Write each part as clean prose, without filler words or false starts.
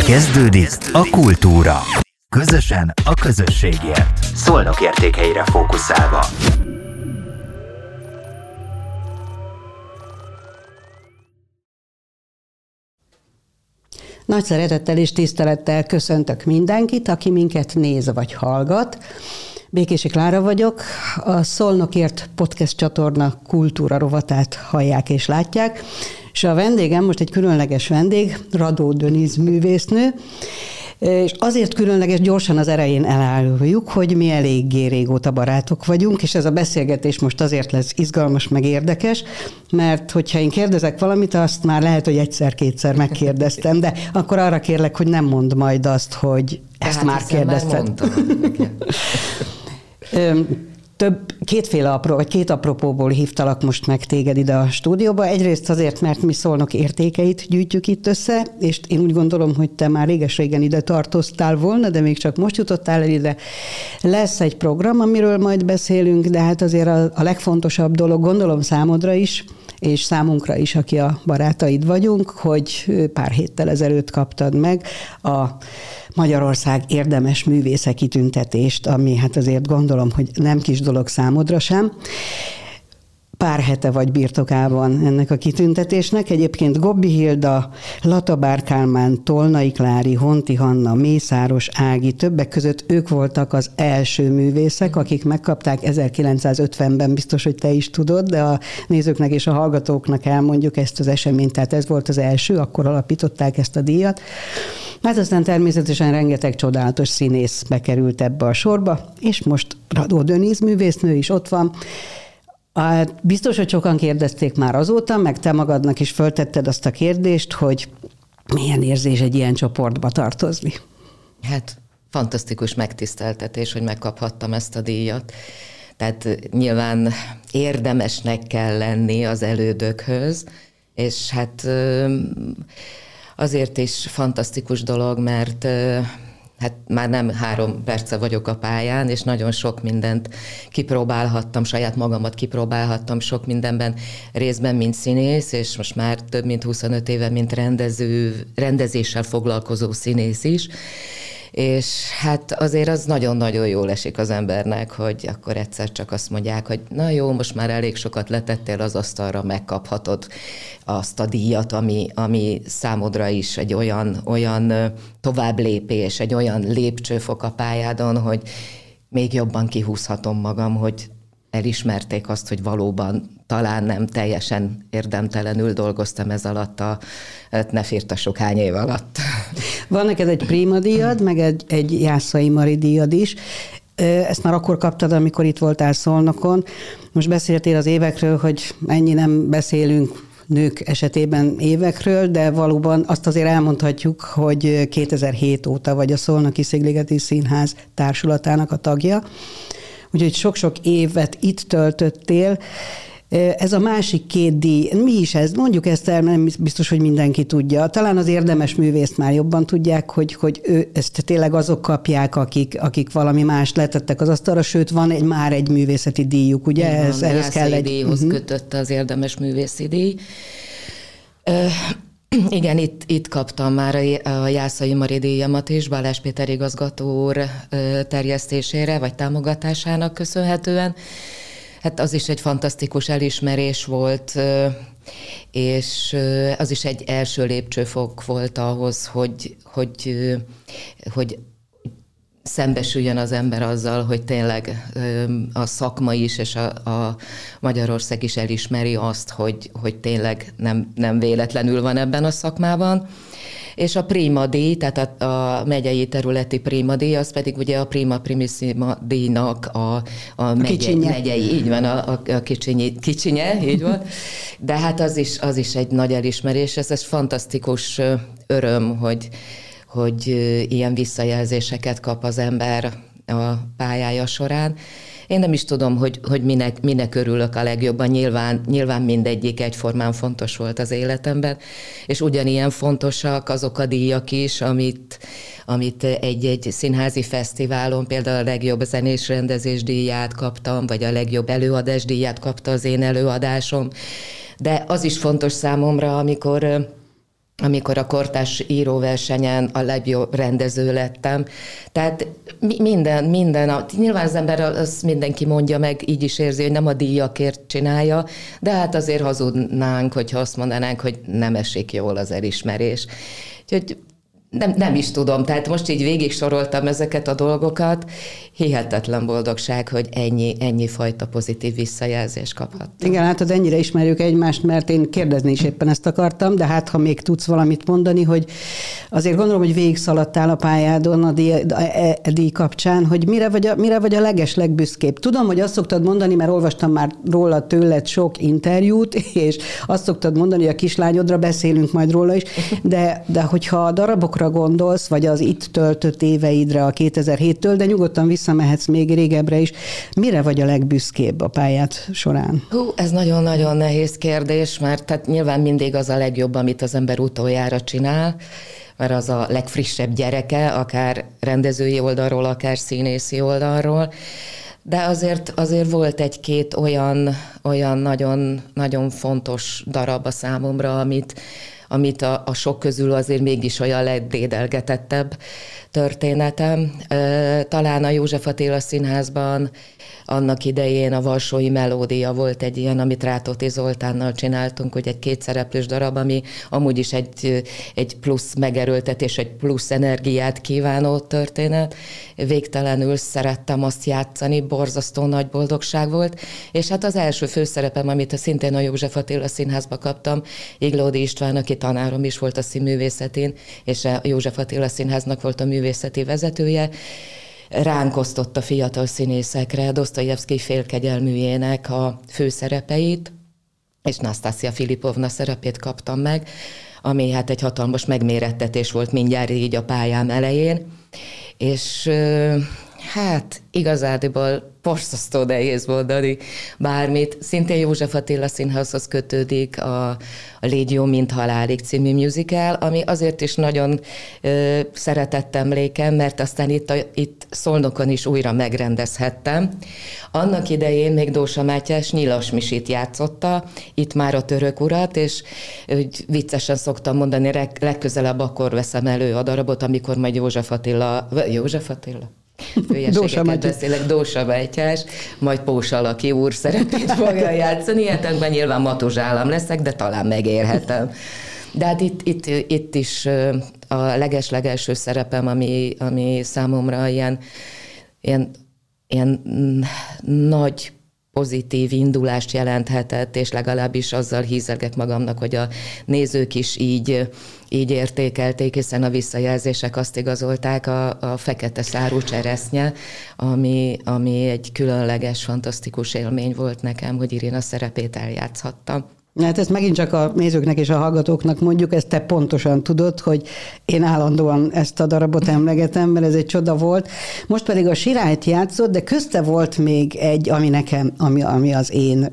Kezdődik a kultúra. Közösen a közösségért. Szolnok értékeire fókuszálva. Nagy szeretettel és tisztelettel köszöntök mindenkit, aki minket néz vagy hallgat. Békési Klára vagyok, a Szolnokért podcast csatorna kultúra rovatát hallják és látják, és a vendégem most egy különleges vendég, Radó Döniz művésznő, és azért különleges, gyorsan az elején eláruljuk, hogy mi eléggé régóta barátok vagyunk, és ez a beszélgetés most azért lesz izgalmas, meg érdekes, mert hogyha én kérdezek valamit, azt már lehet, hogy egyszer-kétszer megkérdeztem, de akkor arra kérlek, hogy nem mondd majd azt, hogy ezt már kérdezted. Két apropóból hívtalak most meg téged ide a stúdióba. Egyrészt azért, mert mi Szolnok értékeit gyűjtjük itt össze, és én úgy gondolom, hogy te már réges-régen ide tartoztál volna, de még csak most jutottál el ide. Lesz egy program, amiről majd beszélünk, de hát azért a legfontosabb dolog, gondolom számodra is, és számunkra is, aki a barátaid vagyunk, hogy pár héttel ezelőtt kaptad meg a Magyarország érdemes művésze kitüntetést, ami hát azért gondolom, hogy nem kis dolog számodra sem. Pár hete vagy birtokában ennek a kitüntetésnek. Egyébként Gobbi Hilda, Latabár Kálmán, Tolnai Klári, Honti Hanna, Mészáros Ági, többek között ők voltak az első művészek, akik megkapták 1950-ben, biztos, hogy te is tudod, de a nézőknek és a hallgatóknak elmondjuk ezt az eseményt, tehát ez volt az első, akkor alapították ezt a díjat. Hát aztán természetesen rengeteg csodálatos színész bekerült ebbe a sorba, és most Radó Döniz művésznő is ott van. Biztos, hogy sokan kérdezték már azóta, meg te magadnak is föltetted azt a kérdést, hogy milyen érzés egy ilyen csoportba tartozni. Hát fantasztikus megtiszteltetés, hogy megkaphattam ezt a díjat. Tehát nyilván érdemesnek kell lenni az elődökhöz, és hát azért is fantasztikus dolog, mert hát már nem 3 perce vagyok a pályán, és nagyon sok mindent kipróbálhattam, saját magamat kipróbálhattam sok mindenben, részben mint színész, és most már több mint 25 éve, mint rendezéssel foglalkozó színész is. És hát azért az nagyon-nagyon jól esik az embernek, hogy akkor egyszer csak azt mondják, hogy na jó, most már elég sokat letettél az asztalra, megkaphatod azt a díjat, ami számodra is egy olyan továbblépés, egy olyan lépcsőfok a pályádon, hogy még jobban kihúzhatom magam, hogy elismerték azt, hogy valóban talán nem teljesen érdemtelenül dolgoztam ez alatt ne firtassuk hány év alatt. Van neked egy Prima díjad, meg egy Jászai Mari díjad is. Ezt már akkor kaptad, amikor itt voltál Szolnokon. Most beszéltél az évekről, hogy ennyi nem beszélünk nők esetében évekről, de valóban azt azért elmondhatjuk, hogy 2007 óta vagy a Szolnoki Szigligeti Színház társulatának a tagja. Úgyhogy sok-sok évet itt töltöttél. Ez a másik 2 díj, mi is ez? Mondjuk ezt el, nem biztos, hogy mindenki tudja. Talán az érdemes művészt már jobban tudják, hogy ezt tényleg azok kapják, akik valami mást letettek az asztalra, sőt, van már egy művészeti díjuk, ugye? Ehhez kell egy díjhoz kötött az érdemes művészi díj. Igen, itt kaptam már a Jászai Mari díjamat is, Balázs Péter igazgató úr terjesztésére, vagy támogatásának köszönhetően. Hát az is egy fantasztikus elismerés volt, és az is egy első lépcsőfok volt ahhoz, hogy szembesüljön az ember azzal, hogy tényleg a szakma is, és a Magyarország is elismeri azt, hogy tényleg nem véletlenül van ebben a szakmában. És a Prima díj, tehát a megyei területi Prima díj, az pedig ugye a Prima Primissima díjnak a megyei, így van, a kicsinye, így van. De hát az is egy nagy elismerés, ez fantasztikus öröm, hogy ilyen visszajelzéseket kap az ember a pályája során. Én nem is tudom, hogy minek örülök a legjobban. Nyilván mindegyik egyformán fontos volt az életemben, és ugyanilyen fontosak azok a díjak is, amit egy színházi fesztiválon, például a legjobb zenés rendezés díját kaptam, vagy a legjobb előadás díját kapta az én előadásom. De az is fontos számomra, amikor amikor a kortárs íróversenyen a legjobb rendező lettem. Tehát nyilván az ember, azt mindenki mondja meg, így is érzi, hogy nem a díjakért csinálja, de hát azért hazudnánk, hogyha azt mondanánk, hogy nem esik jól az elismerés. Úgyhogy nem is tudom, tehát most így végig soroltam ezeket a dolgokat, hihetetlen boldogság, hogy ennyi fajta pozitív visszajelzést kaphattam. Igen, hát ennyire ismerjük egymást, mert én kérdezni is éppen ezt akartam, de hát ha még tudsz valamit mondani, hogy azért gondolom, hogy végigszaladtál a pályádon a díj kapcsán, hogy mire vagy a legbüszkébb. Tudom, hogy azt szoktad mondani, mert olvastam már róla tőled sok interjút, és azt szoktad mondani, hogy a kislányodra beszélünk majd róla is, de hogyha a darabokra gondolsz, vagy az itt töltött éveidre a 2007-től, de nyugodtan visszamehetsz még régebbre is. Mire vagy a legbüszkébb a pályád során? Ez nagyon-nagyon nehéz kérdés, mert tehát nyilván mindig az a legjobb, amit az ember utoljára csinál, mert az a legfrissebb gyereke, akár rendezői oldalról, akár színészi oldalról. De azért volt egy-két olyan nagyon, nagyon fontos darab a számomra, amit a sok közül azért mégis olyan legdédelgetettebb történetem. Talán a József Attila Színházban annak idején a Varsói Melódia volt egy ilyen, amit Rátóti Zoltánnal csináltunk, hogy egy kétszereplős darab, ami amúgy is egy plusz megerőltetés, egy plusz energiát kívánó történet. Végtelenül szerettem azt játszani, borzasztó nagy boldogság volt, és hát az első főszerepem, amit szintén a József Attila Színházba kaptam, Iglódi István, aki tanárom is volt a színművészetén, és a József Attila Színháznak volt a művészeti vezetője, ránk osztotta fiatal színészekre Dosztojevszkij Félkegyelműjének a főszerepeit, és Nasztászia Filipovna szerepét kaptam meg, ami hát egy hatalmas megmérettetés volt mindjárt így a pályám elején, és hát igazából borzasztó nehéz mondani bármit. Szintén József Attila Színházhoz kötődik a Légy jó, mint halálig című musical, ami azért is nagyon szeretett emlékem, mert aztán itt Szolnokon is újra megrendezhettem. Annak idején még Dósa Mátyás Nyilas Misit játszotta, itt már a Török urat, és viccesen szoktam mondani, legközelebb akkor veszem elő a darabot, amikor majd József Attila? Dósa Mátyás, majd Pós Alaki úr szerepét fogja játszani, ilyetekben nyilván Matos állam leszek, de talán megérhetem. De hát itt is a leges-legelső szerepem, ami számomra ilyen nagy pozitív indulást jelenthetett, és legalábbis azzal hízelgek magamnak, hogy a nézők is így értékelték, hiszen a visszajelzések azt igazolták, a Fekete szárú cseresznye, ami egy különleges, fantasztikus élmény volt nekem, hogy Irina szerepét eljátszhattam. Hát ezt megint csak a nézőknek és a hallgatóknak mondjuk, ezt te pontosan tudod, hogy én állandóan ezt a darabot emlegetem, mert ez egy csoda volt. Most pedig a Sirályt játszott, de közte volt még egy, ami nekem, ami az én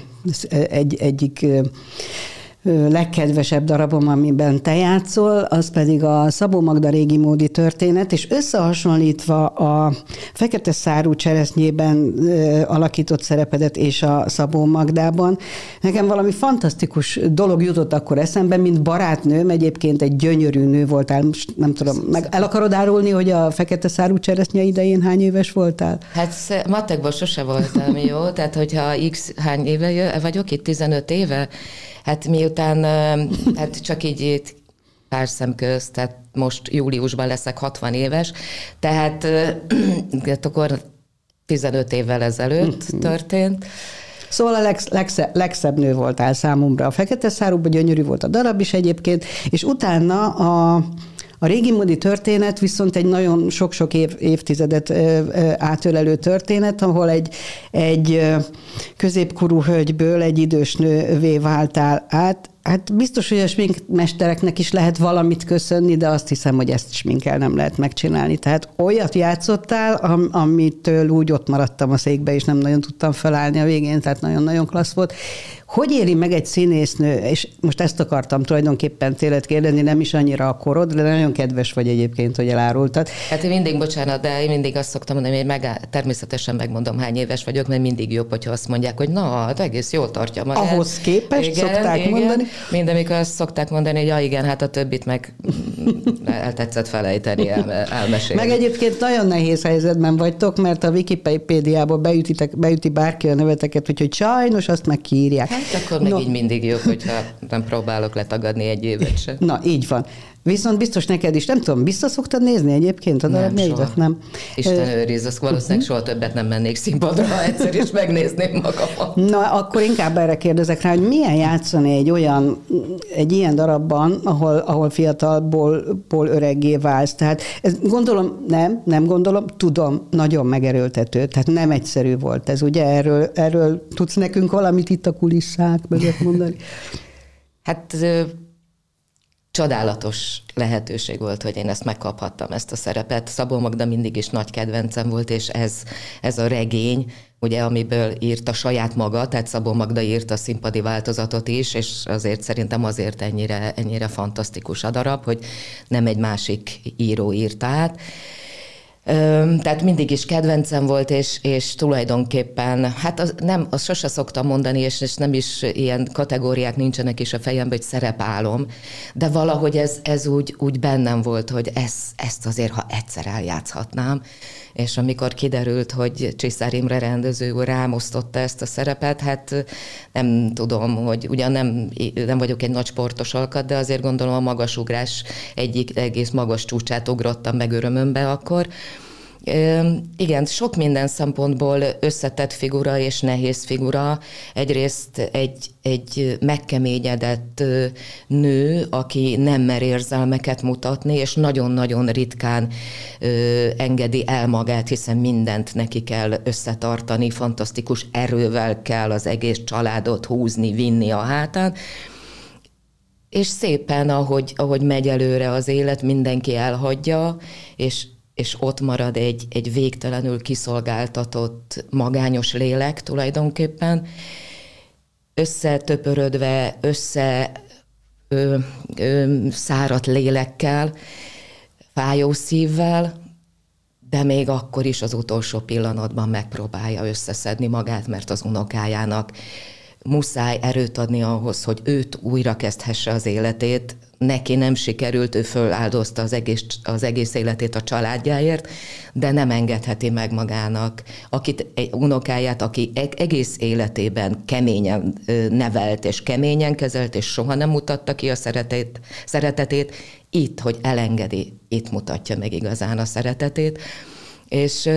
egyik legkedvesebb darabom, amiben te játszol, az pedig a Szabó Magda régi módi történet, és összehasonlítva a Fekete szárú cseresznyében alakított szerepedet és a Szabó Magdában, nekem valami fantasztikus dolog jutott akkor eszembe, mint barátnőm, egyébként egy gyönyörű nő voltál, nem tudom, meg el akarod árulni, hogy a Fekete szárú cseresznye idején hány éves voltál? Hát matekban sose voltam, jó? Tehát, hogyha x hány éve vagyok itt, 15 éve, hát miután, hát csak így pár szem közt, tehát most júliusban leszek 60 éves, tehát akkor 15 évvel ezelőtt történt. Szóval a legszebb nő voltál számomra. A Fekete szárúban gyönyörű volt a darab is egyébként, és utána a régi módi történet viszont egy nagyon sok-sok évtizedet átölelő történet, ahol egy középkorú hölgyből egy idős nővé váltál át. Hát biztos, hogy a sminkmestereknek is lehet valamit köszönni, de azt hiszem, hogy ezt sminkkel nem lehet megcsinálni. Tehát olyat játszottál, amitől úgy ott maradtam a székbe, és nem nagyon tudtam felállni a végén, tehát nagyon-nagyon klassz volt. Hogy éli meg egy színésznő, és most ezt akartam tulajdonképpen tőled kérdezni, nem is annyira a korod, de nagyon kedves vagy egyébként, hogy elárultad. Hát én mindig, bocsánat, de én mindig azt szoktam mondani, hogy természetesen megmondom, hány éves vagyok, mert mindig jobb, hogyha azt mondják, hogy na, egész jól tartja magát. Ahhoz képest igen, szokták mondani. Mind, amikor azt szokták mondani, hogy ja igen, hát a többit meg el tetszett felejteni, elmesélni. Meg egyébként nagyon nehéz helyzetben vagytok, mert a Wikipédiába beüti bárki a neveteket, úgyhogy sajnos azt meg kiírják. Hát akkor meg így mindig jó, hogyha nem próbálok letagadni egy évet sem. Na, így van. Viszont biztos neked is, nem tudom, vissza szoktad nézni egyébként a darabjaidat? Nem. Isten őriz, azt valószínűleg soha többet nem mennék színpadra, ha egyszer is megnézném magamat. Na, akkor inkább erre kérdezek rá, hogy milyen játszani egy ilyen darabban, ahol fiatalból öreggé válsz. Tehát gondolom, nem gondolom, tudom, nagyon megerőltető, tehát nem egyszerű volt ez, ugye? Erről tudsz nekünk valamit itt a kulisszák mögött mondani? Hát csodálatos lehetőség volt, hogy én ezt megkaphattam, ezt a szerepet. Szabó Magda mindig is nagy kedvencem volt, és ez a regény, ugye, amiből írta saját maga, tehát Szabó Magda írta a színpadi változatot is, és azért szerintem azért ennyire fantasztikus a darab, hogy nem egy másik író írta át. Tehát mindig is kedvencem volt, és tulajdonképpen, hát azt sose szoktam mondani, és nem is ilyen kategóriák nincsenek is a fejemben, hogy szerepálom, de valahogy ez úgy bennem volt, hogy ezt azért, ha egyszer eljátszhatnám, és amikor kiderült, hogy Csiszár Imre rendező úr rám osztotta ezt a szerepet, hát nem tudom, hogy ugyan nem vagyok egy nagy sportos alkat, de azért gondolom a magasugrás egyik egész magas csúcsát ugrottam meg örömömbe akkor. Igen, sok minden szempontból összetett figura és nehéz figura. Egyrészt egy megkeményedett nő, aki nem mer érzelmeket mutatni, és nagyon-nagyon ritkán engedi el magát, hiszen mindent neki kell összetartani, fantasztikus erővel kell az egész családot húzni, vinni a hátán. És szépen, ahogy megy előre az élet, mindenki elhagyja, és ott marad egy végtelenül kiszolgáltatott, magányos lélek tulajdonképpen, összetöpörödve, száradt lélekkel, fájó szívvel, de még akkor is az utolsó pillanatban megpróbálja összeszedni magát, mert az unokájának muszáj erőt adni ahhoz, hogy őt újra kezdhesse az életét. Neki nem sikerült, ő föláldozta az egész életét a családjáért, de nem engedheti meg magának egy unokáját, aki egész életében keményen nevelt és keményen kezelt, és soha nem mutatta ki a szeretetét. Itt, hogy elengedi, itt mutatja meg igazán a szeretetét. És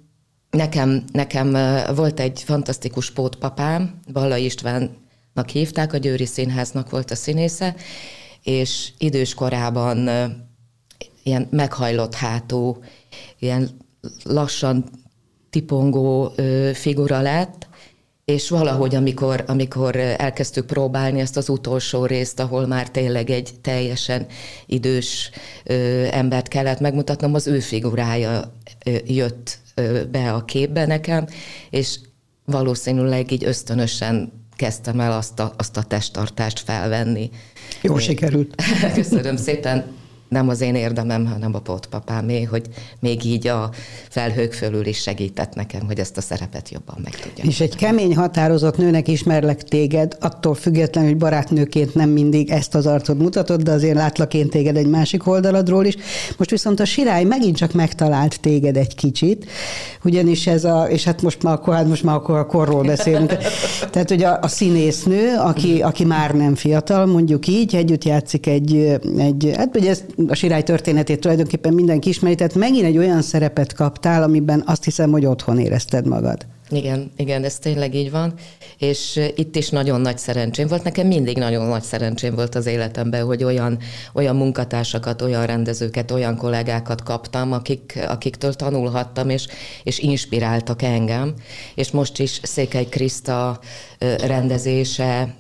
nekem volt egy fantasztikus pótpapám, Balla Istvánnak hívták, a Győri Színháznak volt a színésze, és idős korában ilyen meghajlott hátú, ilyen lassan tipongó figura lett, és valahogy, amikor elkezdtük próbálni ezt az utolsó részt, ahol már tényleg egy teljesen idős embert kellett megmutatnom, az ő figurája jött be a képbe nekem, és valószínűleg így ösztönösen kezdtem el azt a testtartást felvenni. Jó sikerült. Köszönöm szépen. Nem az én érdemem, hanem a pótpapámé, hogy még így a felhők fölül is segített nekem, hogy ezt a szerepet jobban meg tudjam. És egy kemény, határozott nőnek ismerlek téged, attól függetlenül, hogy barátnőként nem mindig ezt az arcod mutatod, de azért látlak én téged egy másik oldaladról is. Most viszont a Sirály megint csak megtalált téged egy kicsit, ugyanis és hát most már akkor a korról beszélünk. Tehát, hogy a színésznő, aki már nem fiatal, mondjuk így, együtt játszik hát ugye ezt a Sirály történetét tulajdonképpen mindenki ismeri, tehát megint egy olyan szerepet kaptál, amiben azt hiszem, hogy otthon érezted magad. Igen, ez tényleg így van, és itt is nagyon nagy szerencsém volt. Nekem mindig nagyon nagy szerencsém volt az életemben, hogy olyan munkatársakat, olyan rendezőket, olyan kollégákat kaptam, akiktől tanulhattam, és inspiráltak engem. És most is Székely Kriszta rendezése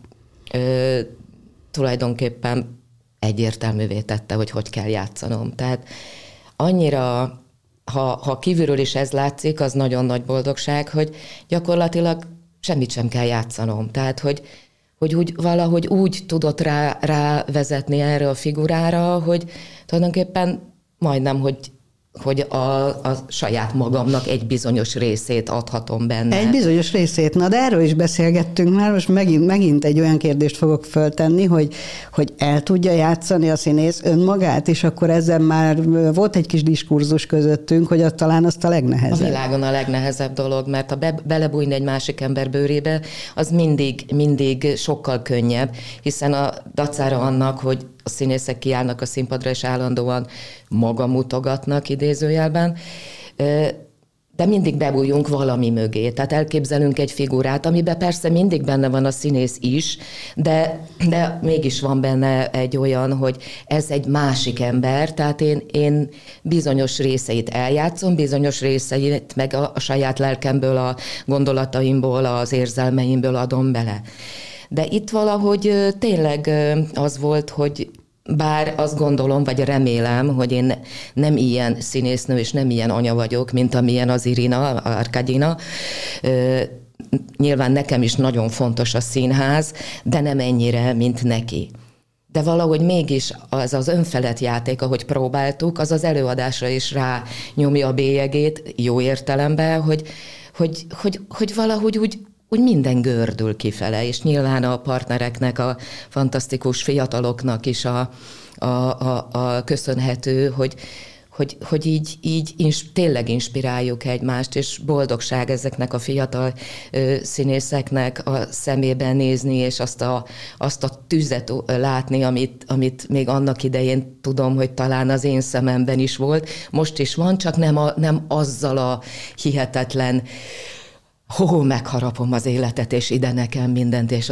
tulajdonképpen egyértelművé tette, hogy kell játszanom. Tehát annyira, ha kívülről is ez látszik, az nagyon nagy boldogság, hogy gyakorlatilag semmit sem kell játszanom. Tehát, hogy valahogy úgy tudott rávezetni erre a figurára, hogy tulajdonképpen majdnem, hogy hogy a saját magamnak egy bizonyos részét adhatom benne. Egy bizonyos részét, na de erről is beszélgettünk már, most megint egy olyan kérdést fogok föltenni, hogy el tudja játszani a színész önmagát, és akkor ezzel már volt egy kis diskurzus közöttünk, hogy talán azt a legnehezebb. A világon a legnehezebb dolog, mert ha belebújni egy másik ember bőrébe, az mindig sokkal könnyebb, hiszen a dacára annak, hogy a színészek kiállnak a színpadra, és állandóan magamutogatnak idézőjelben, de mindig bebújjunk valami mögé. Tehát elképzelünk egy figurát, amiben persze mindig benne van a színész is, de mégis van benne egy olyan, hogy ez egy másik ember, tehát én bizonyos részeit eljátszom, bizonyos részeit meg a saját lelkemből, a gondolataimból, az érzelmeimből adom bele. De itt valahogy tényleg az volt, hogy bár azt gondolom, vagy remélem, hogy én nem ilyen színésznő, és nem ilyen anya vagyok, mint amilyen az Irina Arkadina. Nyilván nekem is nagyon fontos a színház, de nem ennyire, mint neki. De valahogy mégis az önfelett játék, ahogy próbáltuk, az előadásra is rá nyomja a bélyegét, jó értelemben, hogy valahogy úgy minden gördül kifele, és nyilván a partnereknek, a fantasztikus fiataloknak is a köszönhető, hogy így tényleg inspiráljuk egymást, és boldogság ezeknek a fiatal színészeknek a szemében nézni, és azt a tüzet látni, amit még annak idején tudom, hogy talán az én szememben is volt. Most is van, csak nem azzal a hihetetlen megharapom az életet, és ide nekem mindent, és a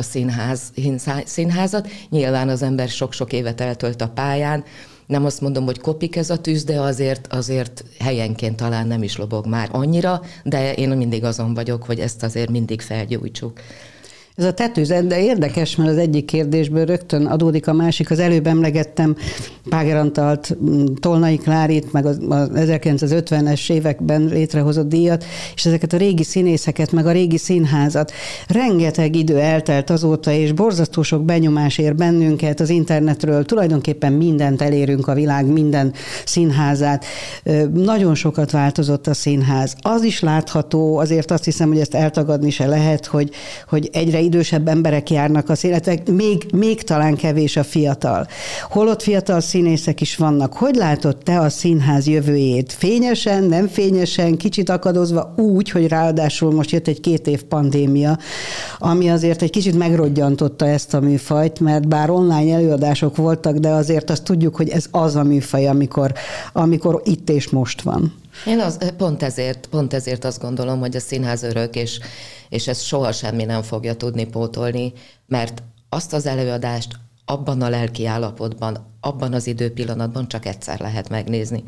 színházat. Nyilván az ember sok-sok évet eltölt a pályán. Nem azt mondom, hogy kopik ez a tűz, de azért helyenként talán nem is lobog már annyira, de én mindig azon vagyok, hogy ezt azért mindig felgyújtsuk. Ez a tetőzet, de érdekes, mert az egyik kérdésből rögtön adódik a másik. Az előbb emlegettem Páger Antalt, Tolnai Klárit, meg az 1950-es években létrehozott díjat, és ezeket a régi színészeket, meg a régi színházat. Rengeteg idő eltelt azóta, és borzasztó sok benyomás ér bennünket az internetről. Tulajdonképpen mindent elérünk, a világ minden színházát. Nagyon sokat változott a színház. Az is látható, azért azt hiszem, hogy ezt eltagadni se lehet, hogy egyre idősebb emberek járnak a színházba, még talán kevés a fiatal. Holott fiatal színészek is vannak. Hogy látod te a színház jövőjét? Fényesen, nem fényesen, kicsit akadozva úgy, hogy ráadásul most jött egy 2 év pandémia, ami azért egy kicsit megrodjantotta ezt a műfajt, mert bár online előadások voltak, de azért azt tudjuk, hogy ez az a műfaj, amikor itt és most van. Én pont ezért azt gondolom, hogy a színház örök, és ezt soha semmi nem fogja tudni pótolni, mert azt az előadást abban a lelki állapotban, abban az időpillanatban csak egyszer lehet megnézni.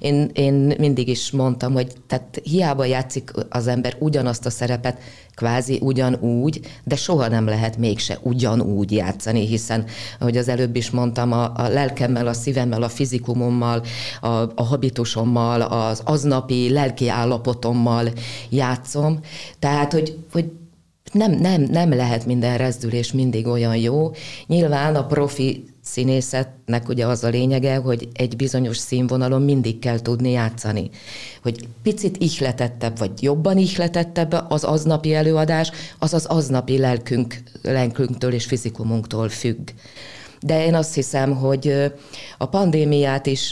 Én mindig is mondtam, hogy tehát hiába játszik az ember ugyanazt a szerepet, kvázi ugyanúgy, de soha nem lehet mégse ugyanúgy játszani, hiszen, ahogy az előbb is mondtam, a lelkemmel, a szívemmel, a fizikumommal, a habitusommal, az aznapi lelki állapotommal játszom. Tehát, hogy nem lehet minden rezdülés mindig olyan jó. Nyilván a profi színészetnek ugye az a lényege, hogy egy bizonyos színvonalon mindig kell tudni játszani. Hogy picit ihletettebb, vagy jobban ihletettebb az aznapi előadás, az aznapi lelkünktől és fizikumunktól függ. De én azt hiszem, hogy a pandémiát is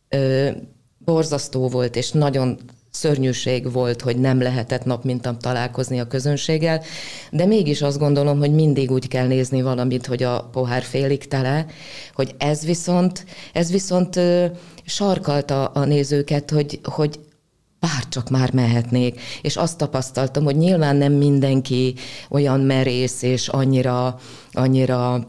borzasztó volt, és nagyon szörnyűség volt, hogy nem lehetett nap mint nap találkozni a közönséggel, de mégis azt gondolom, hogy mindig úgy kell nézni valamit, hogy a pohár félig tele, hogy ez viszont sarkalta a nézőket, hogy bárcsak már mehetnék. És azt tapasztaltam, hogy nyilván nem mindenki olyan merész és annyira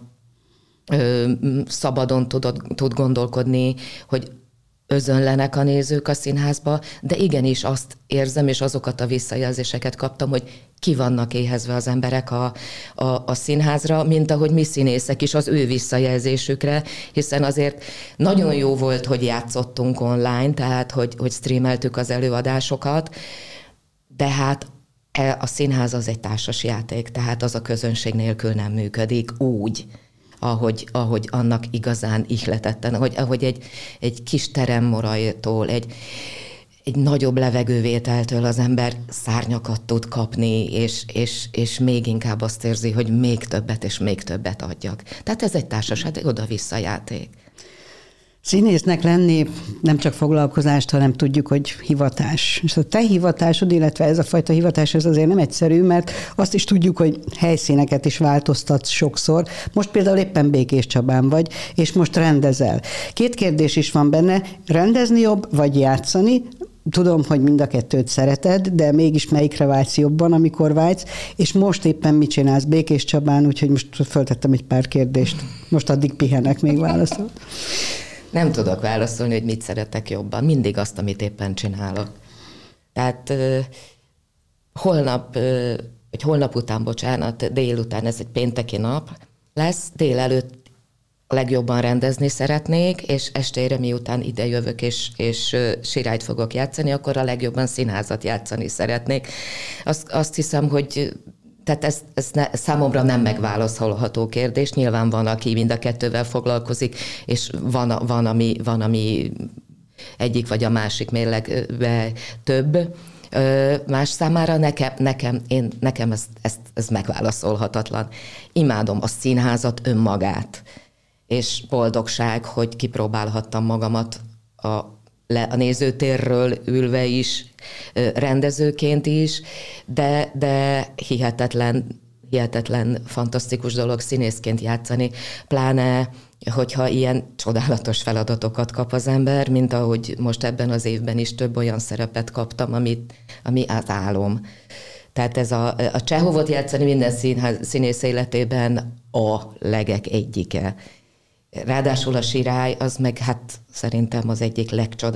szabadon tud gondolkodni, hogy özönlenek a nézők a színházba, de igenis azt érzem, és azokat a visszajelzéseket kaptam, hogy ki vannak éhezve az emberek a színházra, mint ahogy mi színészek is az ő visszajelzésükre, hiszen azért nagyon jó volt, hogy játszottunk online, tehát hogy streameltük az előadásokat, de hát a színház az egy társasjáték, tehát az a közönség nélkül nem működik úgy. ahogy annak igazán ihletetten, ahogy egy kis teremmorajtól, egy nagyobb levegővételtől az ember szárnyakat tud kapni, és még inkább azt érzi, hogy még többet és még többet adjak. Tehát ez egy társaság, egy oda-vissza játék. Színésznek lenni nem csak foglalkozást, hanem tudjuk, hogy hivatás. És a te hivatásod, illetve ez a fajta hivatás, ez azért nem egyszerű, mert azt is tudjuk, hogy helyszíneket is változtatsz sokszor. Most például éppen Békéscsabán vagy, és most rendezel. 2 kérdés is van benne, rendezni jobb, vagy játszani? Tudom, hogy mind a kettőt szereted, de mégis melyikre vágysz jobban, amikor vágysz, és most éppen mit csinálsz Békéscsabán, úgyhogy most föltettem egy pár kérdést. Most addig pihenek, még válaszol. Nem tudok válaszolni, hogy mit szeretek jobban. Mindig azt, amit éppen csinálok. Tehát holnap után, délután, ez egy pénteki nap lesz, délelőtt a legjobban rendezni szeretnék, és estére, miután ide jövök, és sirályt fogok játszani, akkor a legjobban színházat játszani szeretnék. Azt hiszem, hogy tehát ez számomra nem megválaszolható kérdés. Nyilván van, aki mind a kettővel foglalkozik, és van ami egyik vagy a másik mérlegbe több. Más számára nekem ez megválaszolhatatlan. Imádom a színházat önmagát, és boldogság, hogy kipróbálhattam magamat a nézőtérről ülve is, rendezőként is, de hihetetlen, fantasztikus dolog színészként játszani, pláne, hogyha ilyen csodálatos feladatokat kap az ember, mint ahogy most ebben az évben is több olyan szerepet kaptam, ami az álom. Tehát ez a Csehovot játszani minden színész életében a legek egyike. Ráadásul a Sirály, az meg hát szerintem az egyik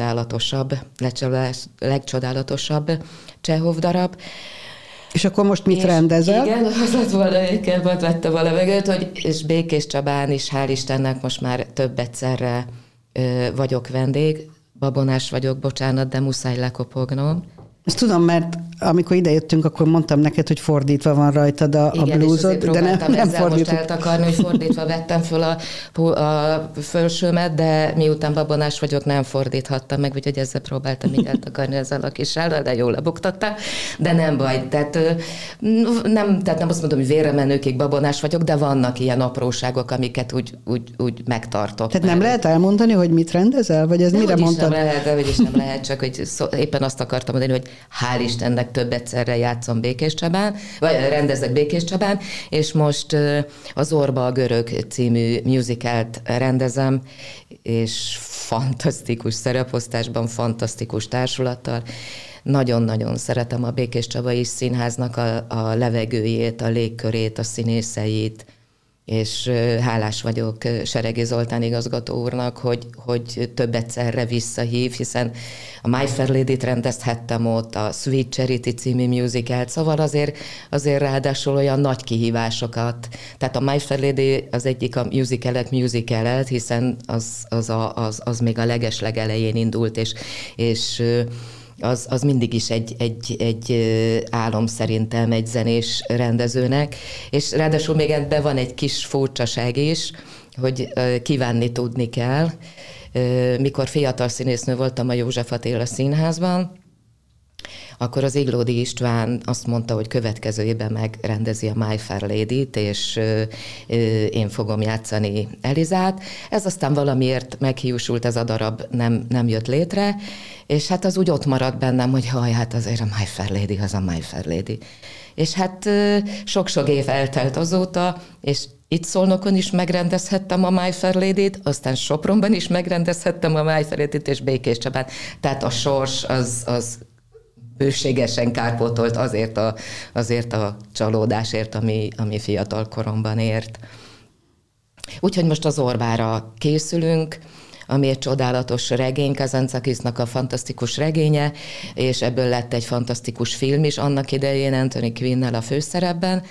legcsodálatosabb Csehov darab. És akkor most mit rendezel? Igen, az lett volna, hogy vette valamelyet, hogy és Békéscsabán is, hál' Istennek most már több egyszerre vagyok vendég. Babonás vagyok, bocsánat, de muszáj lekopognom. Ezt tudom, mert amikor idejöttünk, akkor mondtam neked, hogy fordítva van rajtad a blúzod, de nem fordítva. Most eltakarni, hogy fordítva vettem föl a fölsőmet, de miután babonás vagyok, nem fordíthattam meg, úgyhogy ezzel próbáltam így eltakarni ezzel a kis állal, de jól lebuktattam, de nem baj. Tehát nem azt mondom, hogy vérremenőkig babonás vagyok, de vannak ilyen apróságok, amiket úgy megtartok. Tehát nem lehet elmondani, hogy mit rendezel? Vagy ez de mire mondtad? Nem lehet, csak hogy éppen azt akartam mondani, hogy hál' Istennek több egyszerre játszom Békéscsabán, vagy rendezek Békéscsabán, és most az Orba a Görög című musicalt rendezem, és fantasztikus szereposztásban, fantasztikus társulattal. Nagyon-nagyon szeretem a Békéscsabai Színháznak a levegőjét, a légkörét, a színészeit, és hálás vagyok Seregi Zoltán igazgató úrnak, hogy több egyszerre visszahív, hiszen a My Fair Lady-t rendezhettem ott, a Sweet Charity című musicalt, szóval azért ráadásul olyan nagy kihívásokat. Tehát a My Fair Lady az egyik a musicalet, hiszen az még a legelején indult, és az mindig is egy álom szerintem egy zenés rendezőnek, és ráadásul még ebben van egy kis furcsaság is, hogy kívánni tudni kell. Mikor fiatal színésznő voltam a József Attila Színházban, akkor az Iglódi István azt mondta, hogy következő évben megrendezi a My Fair Lady-t, és én fogom játszani Elizát. Ez aztán valamiért meghiúsult, ez a darab nem jött létre, és hát az úgy ott maradt bennem, hogy hát azért a My Fair Lady az a My Fair Lady. És hát sok-sok év eltelt azóta, és itt Szolnokon is megrendezhettem a My Fair Lady-t, aztán Sopronban is megrendezhettem a My Fair Lady-t, és Békéscsabán. Tehát a sors az bőségesen kárpótolt azért a csalódásért, ami fiatal koromban ért. Úgyhogy most az Orbára készülünk, ami egy csodálatos regény, Kazancakisnak a fantasztikus regénye, és ebből lett egy fantasztikus film is annak idején Anthony Quinn-nel a főszerepben.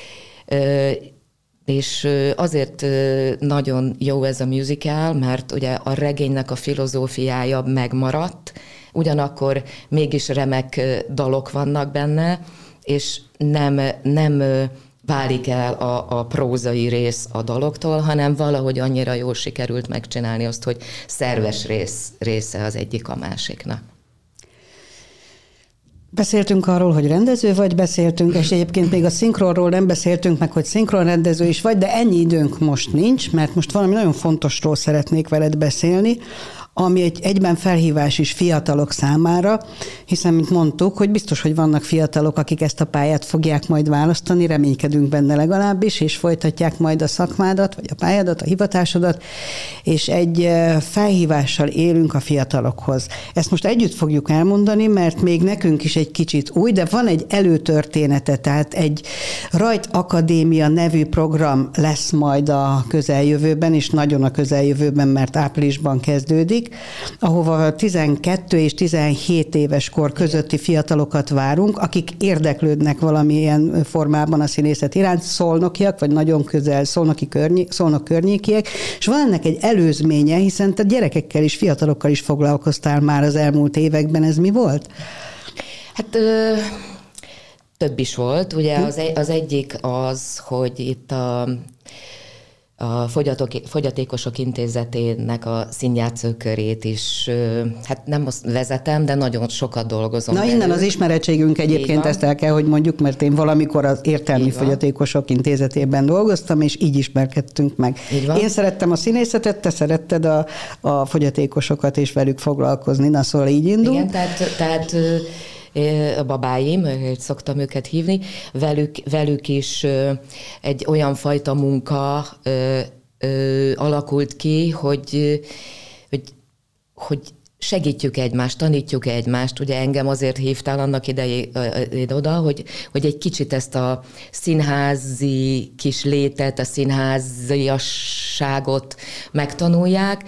És azért nagyon jó ez a musical, mert ugye a regénynek a filozófiája megmaradt, ugyanakkor mégis remek dalok vannak benne, és nem válik el a prózai rész a dologtól, hanem valahogy annyira jól sikerült megcsinálni azt, hogy szerves része az egyik a másiknak. Beszéltünk arról, hogy rendező vagy, beszéltünk, és egyébként még a szinkronról nem beszéltünk meg, hogy szinkronrendező is vagy, de ennyi időnk most nincs, mert most valami nagyon fontosról szeretnék veled beszélni, ami egyben felhívás is fiatalok számára, hiszen, mint mondtuk, hogy biztos, hogy vannak fiatalok, akik ezt a pályát fogják majd választani, reménykedünk benne legalábbis, és folytatják majd a szakmádat, vagy a pályádat, a hivatásodat, és egy felhívással élünk a fiatalokhoz. Ezt most együtt fogjuk elmondani, mert még nekünk is egy kicsit új, de van egy előtörténete, tehát egy Rajt Akadémia nevű program lesz majd a közeljövőben, és nagyon a közeljövőben, mert áprilisban kezdődik, ahova 12 és 17 éves kor közötti fiatalokat várunk, akik érdeklődnek valamilyen formában a színészet iránt, szolnokiak, vagy nagyon közel Szolnok környékiek, és van ennek egy előzménye, hiszen te gyerekekkel és fiatalokkal is foglalkoztál már az elmúlt években. Ez mi volt? Hát több is volt. Ugye az egyik az, hogy itt a Fogyatékosok Intézetének a színjátszókörét is, hát nem azt vezetem, de nagyon sokat dolgozom. Na, innen az ismeretségünk egyébként, ezt el kell, hogy mondjuk, mert én valamikor az Értelmi Fogyatékosok Intézetében dolgoztam, és így ismerkedtünk meg. Én szerettem a színészetet, te szeretted a fogyatékosokat, és velük foglalkozni. Na, szóval így indult. Igen, tehát a babáim, szoktam őket hívni, velük is egy olyan fajta munka alakult ki, hogy segítjük egymást, tanítjuk egymást. Ugye engem azért hívtál annak idején oda, hogy egy kicsit ezt a színházi kis létet, a színháziasságot megtanulják,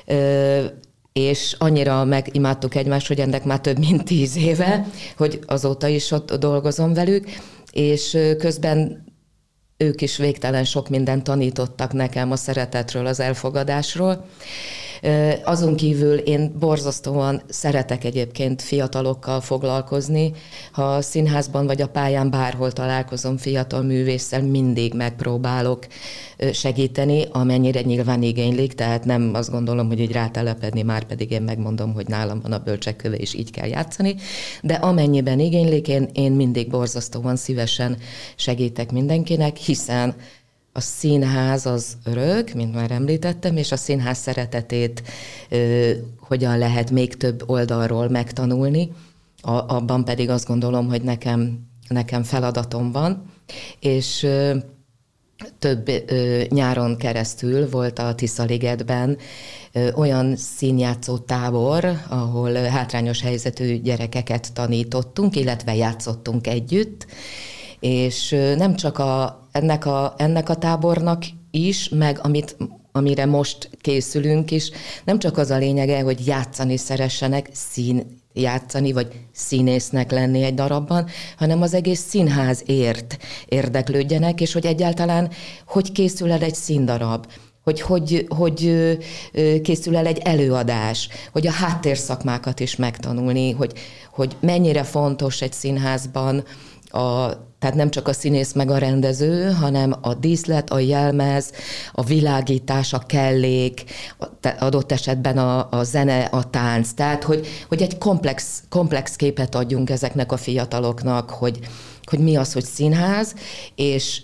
és annyira megimádtuk egymást, hogy ennek már több mint 10 éve, hogy azóta is ott dolgozom velük, és közben ők is végtelen sok mindent tanítottak nekem a szeretetről, az elfogadásról. Azon kívül én borzasztóan szeretek egyébként fiatalokkal foglalkozni. Ha a színházban vagy a pályán bárhol találkozom fiatal művésszel, mindig megpróbálok segíteni, amennyire nyilván igénylik, tehát nem azt gondolom, hogy így rátelepedni, már pedig én megmondom, hogy nálam van a bölcsekköve, és így kell játszani, de amennyiben igénylik, én mindig borzasztóan szívesen segítek mindenkinek, hiszen a színház az örök, mint már említettem, és a színház szeretetét hogyan lehet még több oldalról megtanulni, abban pedig azt gondolom, hogy nekem feladatom van, és több nyáron keresztül volt a Tiszaligetben olyan színjátszó tábor, ahol hátrányos helyzetű gyerekeket tanítottunk, illetve játszottunk együtt, és nem csak ennek a tábornak is, meg amire most készülünk is, nem csak az a lényege, hogy játszani szeressenek, játszani, vagy színésznek lenni egy darabban, hanem az egész színházért érdeklődjenek, és hogy egyáltalán hogy készül el egy színdarab, hogy készül el egy előadás, hogy a háttérszakmákat is megtanulni, hogy mennyire fontos egy színházban tehát nem csak a színész meg a rendező, hanem a díszlet, a jelmez, a világítás, a kellék, adott esetben a zene, a tánc. Tehát, hogy egy komplex képet adjunk ezeknek a fiataloknak, hogy mi az, hogy színház, és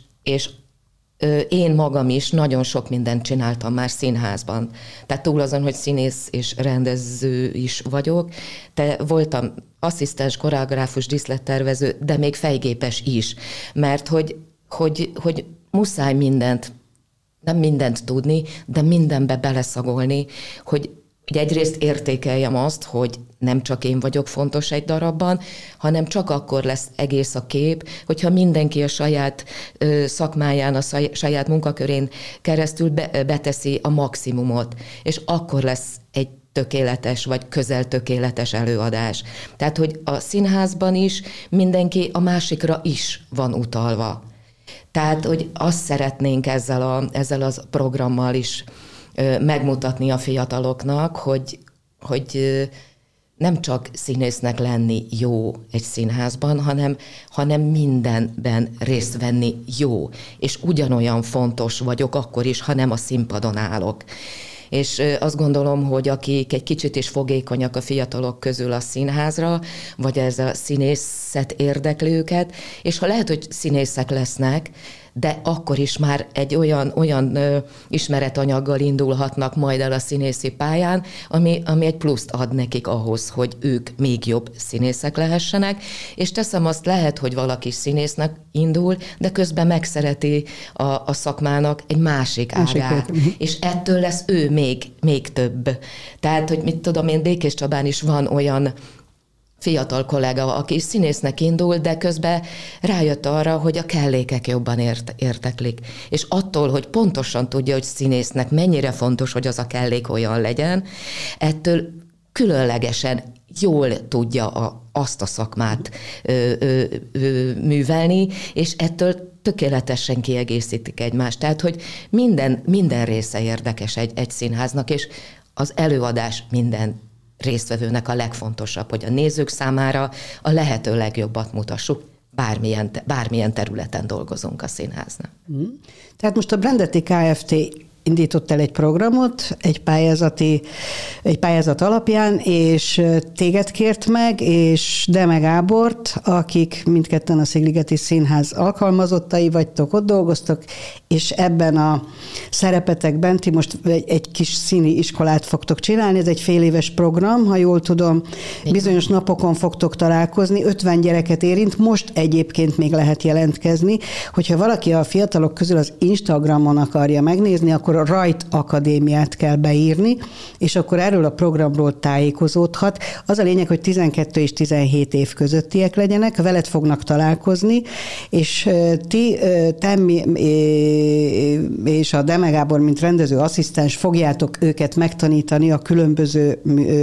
én magam is nagyon sok mindent csináltam már színházban. Tehát túl azon, hogy színész és rendező is vagyok, voltam asszisztens, koreográfus, díszlettervező, de még fejgépes is. Mert hogy muszáj nem mindent tudni, de mindenbe beleszagolni, hogy egyrészt értékeljem azt, hogy nem csak én vagyok fontos egy darabban, hanem csak akkor lesz egész a kép, hogyha mindenki a saját szakmáján, a saját munkakörén keresztül beteszi a maximumot, és akkor lesz egy tökéletes vagy közel tökéletes előadás. Tehát, hogy a színházban is mindenki a másikra is van utalva. Tehát, hogy azt szeretnénk ezzel a programmal is megmutatni a fiataloknak, hogy nem csak színésznek lenni jó egy színházban, hanem mindenben részt venni jó. És ugyanolyan fontos vagyok akkor is, ha nem a színpadon állok. És azt gondolom, hogy akik egy kicsit is fogékonyak a fiatalok közül a színházra, vagy ez a színészet érdekli őket, és ha lehet, hogy színészek lesznek, de akkor is már egy olyan ismeretanyaggal indulhatnak majd el a színészi pályán, ami egy pluszt ad nekik ahhoz, hogy ők még jobb színészek lehessenek, és teszem azt, lehet, hogy valaki színésznek indul, de közben megszereti a szakmának egy másik ágát, és ettől lesz ő még több. Tehát, hogy mit tudom én, Békés Csabán is van olyan fiatal kollega, aki színésznek indul, de közben rájött arra, hogy a kellékek jobban érteklik. És attól, hogy pontosan tudja, hogy színésznek mennyire fontos, hogy az a kellék olyan legyen, ettől különlegesen jól tudja azt a szakmát művelni, és ettől tökéletesen kiegészítik egymást. Tehát, hogy minden része érdekes egy színháznak, és az előadás minden résztvevőnek a legfontosabb, hogy a nézők számára a lehető legjobbat mutassuk, bármilyen területen dolgozunk a színháznak. Tehát most a Brandeti Kft. Indított el egy programot, egy pályázat alapján, és téged kért meg, és Deme Gábort, akik mindketten a Szigligeti Színház alkalmazottai vagytok, ott dolgoztok, és ebben a szerepetekben ti most egy kis színi iskolát fogtok csinálni, ez egy féléves program, ha jól tudom, bizonyos napokon fogtok találkozni, 50 gyereket érint, most egyébként még lehet jelentkezni, hogyha valaki a fiatalok közül az Instagramon akarja megnézni, akkor a Rajt Akadémiát kell beírni, és akkor erről a programról tájékozódhat. Az a lényeg, hogy 12 és 17 év közöttiek legyenek, veled fognak találkozni, és te és a Deme Gábor, mint rendező asszisztens fogjátok őket megtanítani a különböző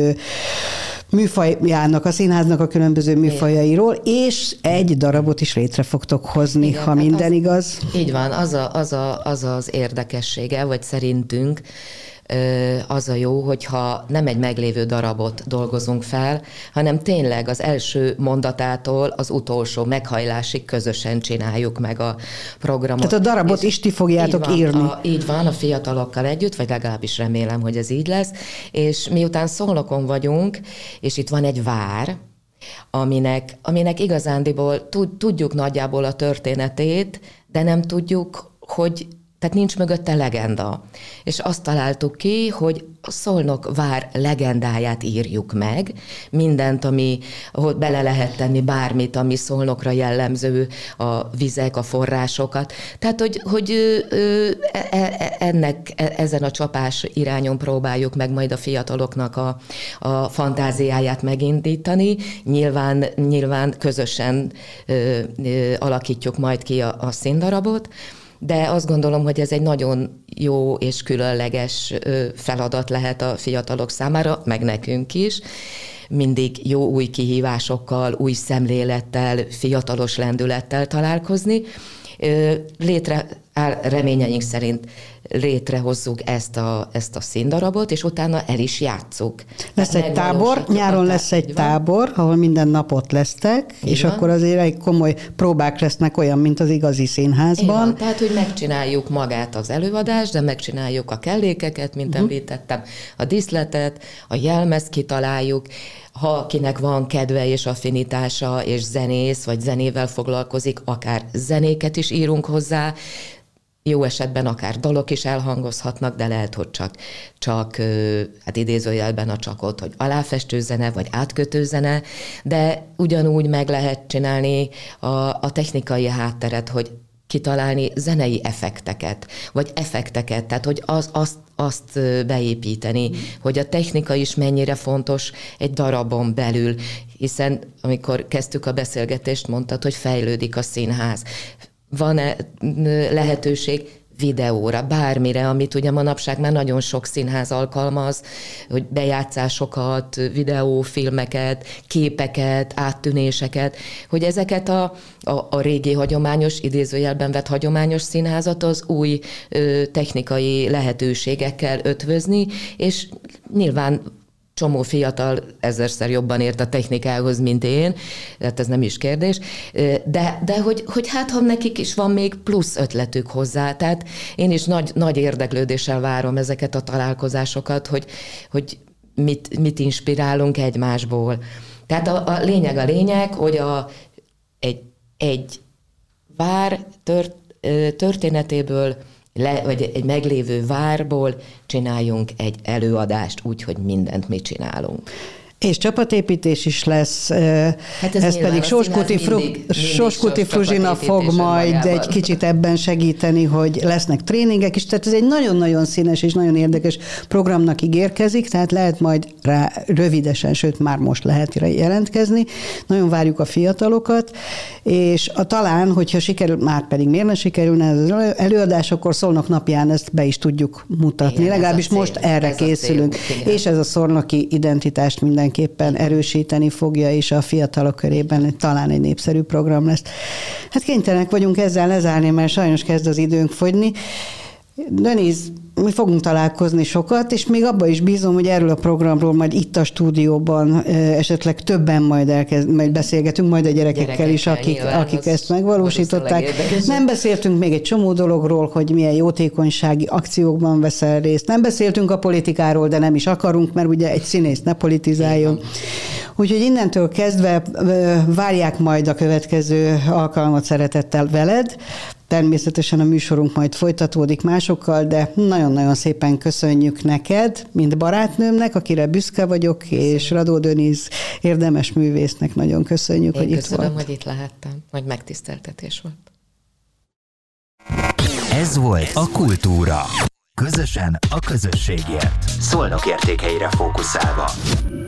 műfajának, a színháznak a különböző műfajairól, és egy darabot is létre fogtok hozni, igen, ha minden igaz. Így van, az az érdekessége, vagy szerintünk az a jó, hogyha nem egy meglévő darabot dolgozunk fel, hanem tényleg az első mondatától az utolsó meghajlásig közösen csináljuk meg a programot. Tehát a darabot is ti fogjátok írni. Így van, a fiatalokkal együtt, vagy legalábbis remélem, hogy ez így lesz, és miután Szolnokon vagyunk, és itt van egy vár, aminek igazándiból tudjuk nagyjából a történetét, de nem tudjuk, hogy tehát nincs mögötte legenda. És azt találtuk ki, hogy a Szolnok vár legendáját írjuk meg, mindent, ahol bele lehet tenni bármit, ami Szolnokra jellemző, a vizek, a forrásokat. Tehát, hogy ezen a csapás irányon próbáljuk meg majd a fiataloknak a fantáziáját megindítani. Nyilván közösen alakítjuk majd ki a színdarabot, de azt gondolom, hogy ez egy nagyon jó és különleges feladat lehet a fiatalok számára, meg nekünk is. Mindig jó új kihívásokkal, új szemlélettel, fiatalos lendülettel találkozni. Reményeink szerint létrehozzuk ezt a színdarabot, és utána el is játsszuk. Lesz egy tábor, nyáron lesz egy tábor, ahol minden nap ott lesztek, és akkor azért egy komoly próbák lesznek olyan, mint az igazi színházban. Tehát, hogy megcsináljuk magát az előadást, de megcsináljuk a kellékeket, mint említettem, a díszletet, a jelmezt kitaláljuk, ha akinek van kedve és affinitása, és zenész, vagy zenével foglalkozik, akár zenéket is írunk hozzá, jó esetben akár dalok is elhangozhatnak, de lehet, hogy csak hát idézőjelben a csakot, hogy aláfestő zene, vagy átkötő zene, de ugyanúgy meg lehet csinálni a technikai hátteret, hogy kitalálni zenei effekteket, vagy effekteket, tehát hogy azt beépíteni, hogy a technika is mennyire fontos egy darabon belül, hiszen amikor kezdtük a beszélgetést, mondtad, hogy fejlődik a színház. Van-e lehetőség videóra, bármire, amit ugye manapság már nagyon sok színház alkalmaz, hogy bejátszásokat, videófilmeket, képeket, áttűnéseket, hogy ezeket a régi hagyományos, idézőjelben vett hagyományos színházat az új technikai lehetőségekkel ötvözni, és nyilván csomó fiatal ezerszer jobban ért a technikához, mint én, tehát ez nem is kérdés, de hogy hát, ha nekik is van még plusz ötletük hozzá, tehát én is nagy érdeklődéssel várom ezeket a találkozásokat, hogy mit inspirálunk egymásból. Tehát a lényeg, hogy egy vár történetéből, vagy egy meglévő várból csináljunk egy előadást úgy, hogy mindent mi csinálunk. És csapatépítés is lesz, hát ez pedig Sóskuti Fruzsina fog majd egy kicsit ebben segíteni, hogy lesznek tréningek is, tehát ez egy nagyon-nagyon színes és nagyon érdekes programnak ígérkezik, tehát lehet majd rá rövidesen, sőt már most lehet jelentkezni. Nagyon várjuk a fiatalokat, és talán, hogyha sikerül, már pedig miért ne sikerülne ez az előadás, akkor Szolnok napján ezt be is tudjuk mutatni. Igen, legalábbis most erre készülünk. És ez a szolnoki identitást mindenképpen erősíteni fogja, és a fiatalok körében talán egy népszerű program lesz. Hát kénytelenek vagyunk ezzel lezárni, mert sajnos kezd az időnk fogyni. Denise, mi fogunk találkozni sokat, és még abban is bízom, hogy erről a programról majd itt a stúdióban esetleg többen majd beszélgetünk, majd a gyerekekkel is, akik ezt megvalósították. Nem beszéltünk még egy csomó dologról, hogy milyen jótékonysági akciókban veszel részt. Nem beszéltünk a politikáról, de nem is akarunk, mert ugye egy színész ne politizáljon. Úgyhogy innentől kezdve várják majd a következő alkalmat szeretettel veled. Természetesen a műsorunk majd folytatódik másokkal, de nagyon-nagyon szépen köszönjük neked, mint barátnőmnek, akire büszke vagyok, és Radó Denise érdemes művésznek nagyon köszönjük, hogy itt volt. Köszönöm, hogy itt lehettem, hogy megtiszteltetés volt. Ez volt a Kultúra. Közösen a közösségért. Szolnok értékeire fókuszálva.